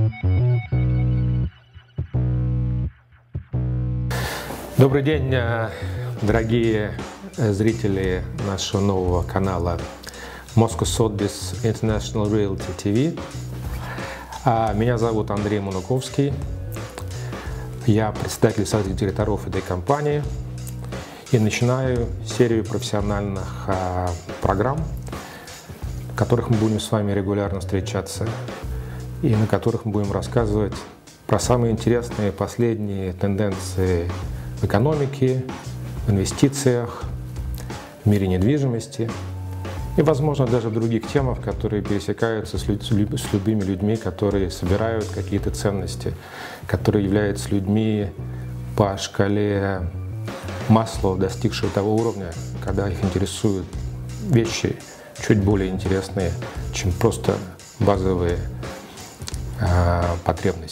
Добрый день, дорогие зрители нашего нового канала Moscow Sotheby's International Realty TV. Меня зовут Андрей Мануковский. Я председатель совета директоров этой компании и начинаю серию профессиональных программ, в которых мы будем с вами регулярно встречаться и на которых мы будем рассказывать про самые интересные последние тенденции в экономике, в инвестициях, в мире недвижимости и, возможно, даже в других темах, которые пересекаются с любыми людьми, которые собирают какие-то ценности, которые являются людьми по шкале Маслоу, достигшие того уровня, когда их интересуют вещи чуть более интересные, чем просто базовые потребности.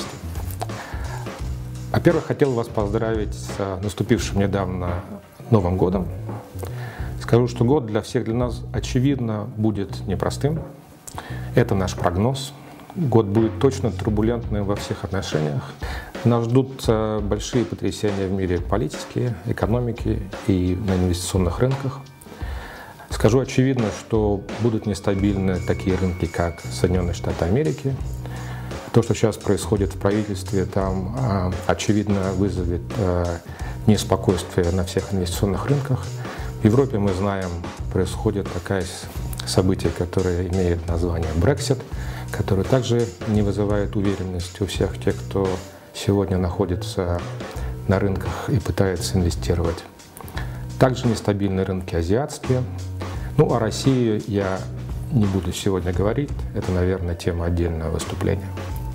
Во-первых, хотел вас поздравить с наступившим недавно Новым годом. Скажу, что год для всех, для нас, очевидно, будет непростым. Это наш прогноз. Год будет точно турбулентным во всех отношениях. Нас ждут большие потрясения в мире политики, экономики и на инвестиционных рынках. Скажу очевидно, что будут нестабильны такие рынки, как Соединенные Штаты Америки. То, что сейчас происходит в правительстве, там, очевидно, вызовет неспокойствие на всех инвестиционных рынках. В Европе, мы знаем, происходит такое событие, которое имеет название Brexit, которое также не вызывает уверенности у всех тех, кто сегодня находится на рынках и пытается инвестировать. Также нестабильны рынки азиатские. Ну, о России я не буду сегодня говорить, это, наверное, тема отдельного выступления.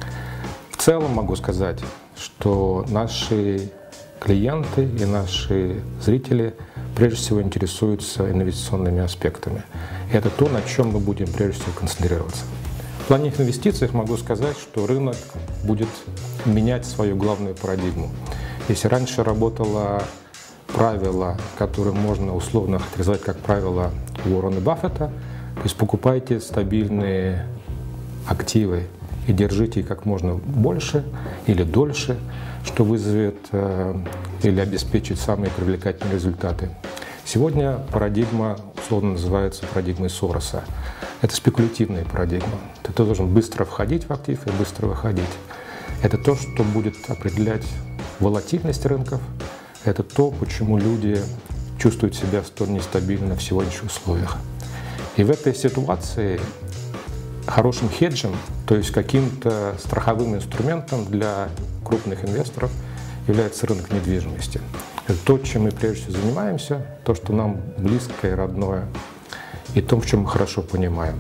В целом могу сказать, что наши клиенты и наши зрители прежде всего интересуются инвестиционными аспектами. И это то, на чем мы будем прежде всего концентрироваться. В плане инвестиций могу сказать, что рынок будет менять свою главную парадигму. Если раньше работало правило, которое можно условно характеризовать как правило Уоррена Баффета, то есть покупайте стабильные активы и держите их как можно больше или дольше, что вызовет или обеспечит самые привлекательные результаты. Сегодня парадигма условно называется парадигмой Сороса. Это спекулятивная парадигма. Ты должен быстро входить в актив и быстро выходить. Это то, что будет определять волатильность рынков. Это то, почему люди чувствуют себя столь нестабильно в сегодняшних условиях. И в этой ситуации хорошим хеджем, то есть каким-то страховым инструментом для крупных инвесторов, является рынок недвижимости. Это то, чем мы прежде всего занимаемся, то, что нам близкое и родное, и то, в чем мы хорошо понимаем.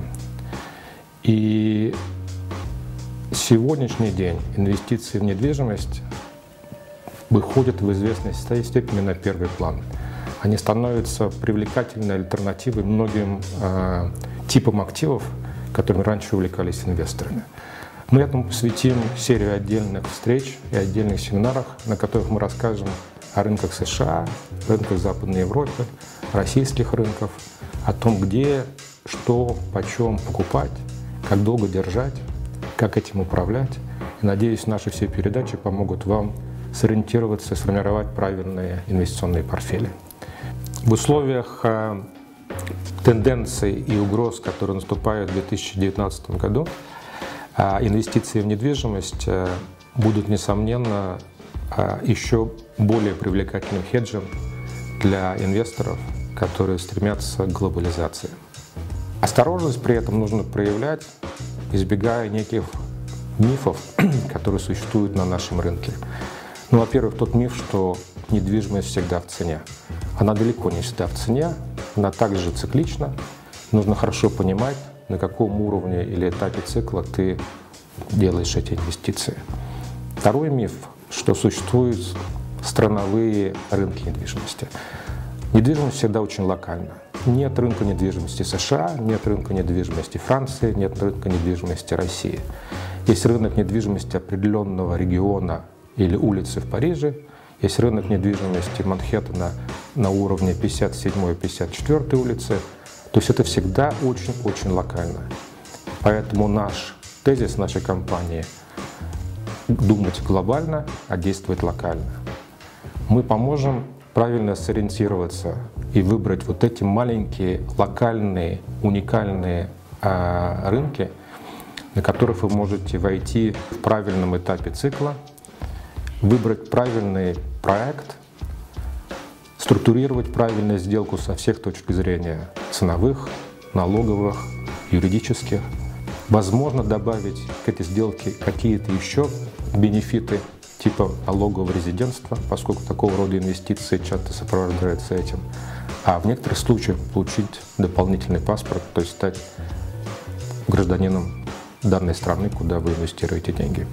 И сегодняшний день инвестиции в недвижимость выходят в известной степени на первый план. Они становятся привлекательной альтернативой многим типам активов, которыми раньше увлекались инвесторами. Мы этому посвятим серию отдельных встреч и отдельных семинаров, на которых мы расскажем о рынках США, рынках Западной Европы, российских рынках, о том, где, что, почем покупать, как долго держать, как этим управлять. И, надеюсь, наши все передачи помогут вам сориентироваться и сформировать правильные инвестиционные портфели. В условиях тенденций и угроз, которые наступают в 2019 году, инвестиции в недвижимость будут, несомненно, еще более привлекательным хеджем для инвесторов, которые стремятся к глобализации. Осторожность при этом нужно проявлять, избегая неких мифов, которые существуют на нашем рынке. Ну, во-первых, тот миф, что недвижимость всегда в цене. Она далеко не всегда в цене, она также циклична. Нужно хорошо понимать, на каком уровне или этапе цикла ты делаешь эти инвестиции. Второй миф, что существуют страновые рынки недвижимости. Недвижимость всегда очень локальна. Нет рынка недвижимости США, нет рынка недвижимости Франции, нет рынка недвижимости России. Есть рынок недвижимости определенного региона или улицы в Париже, есть рынок недвижимости Манхэттена на уровне 57-54 улицы. То есть это всегда очень-очень локально. Поэтому наш тезис нашей компании думать глобально, а действовать локально. Мы поможем правильно сориентироваться и выбрать вот эти маленькие, локальные, уникальные рынки, на которых вы можете войти в правильном этапе цикла, выбрать правильный проект, структурировать правильную сделку со всех точек зрения ценовых, налоговых, юридических. Возможно, добавить к этой сделке какие-то еще бенефиты типа налогового резидентства, поскольку такого рода инвестиции часто сопровождаются этим. А в некоторых случаях получить дополнительный паспорт, то есть стать гражданином данной страны, куда вы инвестируете деньги.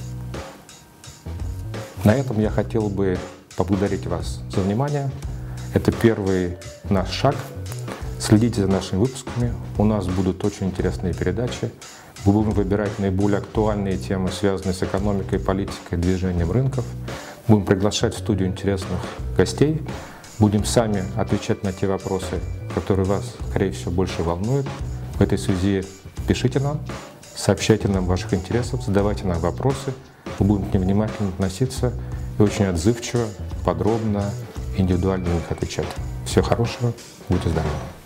На этом я хотел бы поблагодарить вас за внимание. Это первый наш шаг. Следите за нашими выпусками. У нас будут очень интересные передачи. Мы будем выбирать наиболее актуальные темы, связанные с экономикой, политикой, движением рынков. Будем приглашать в студию интересных гостей. Будем сами отвечать на те вопросы, которые вас, скорее всего, больше волнуют. В этой связи пишите нам, сообщайте нам ваших интересов, задавайте нам вопросы. Мы будем к ним внимательно относиться и очень отзывчиво, подробно, индивидуально на них отвечать. Всего хорошего, будьте здоровы!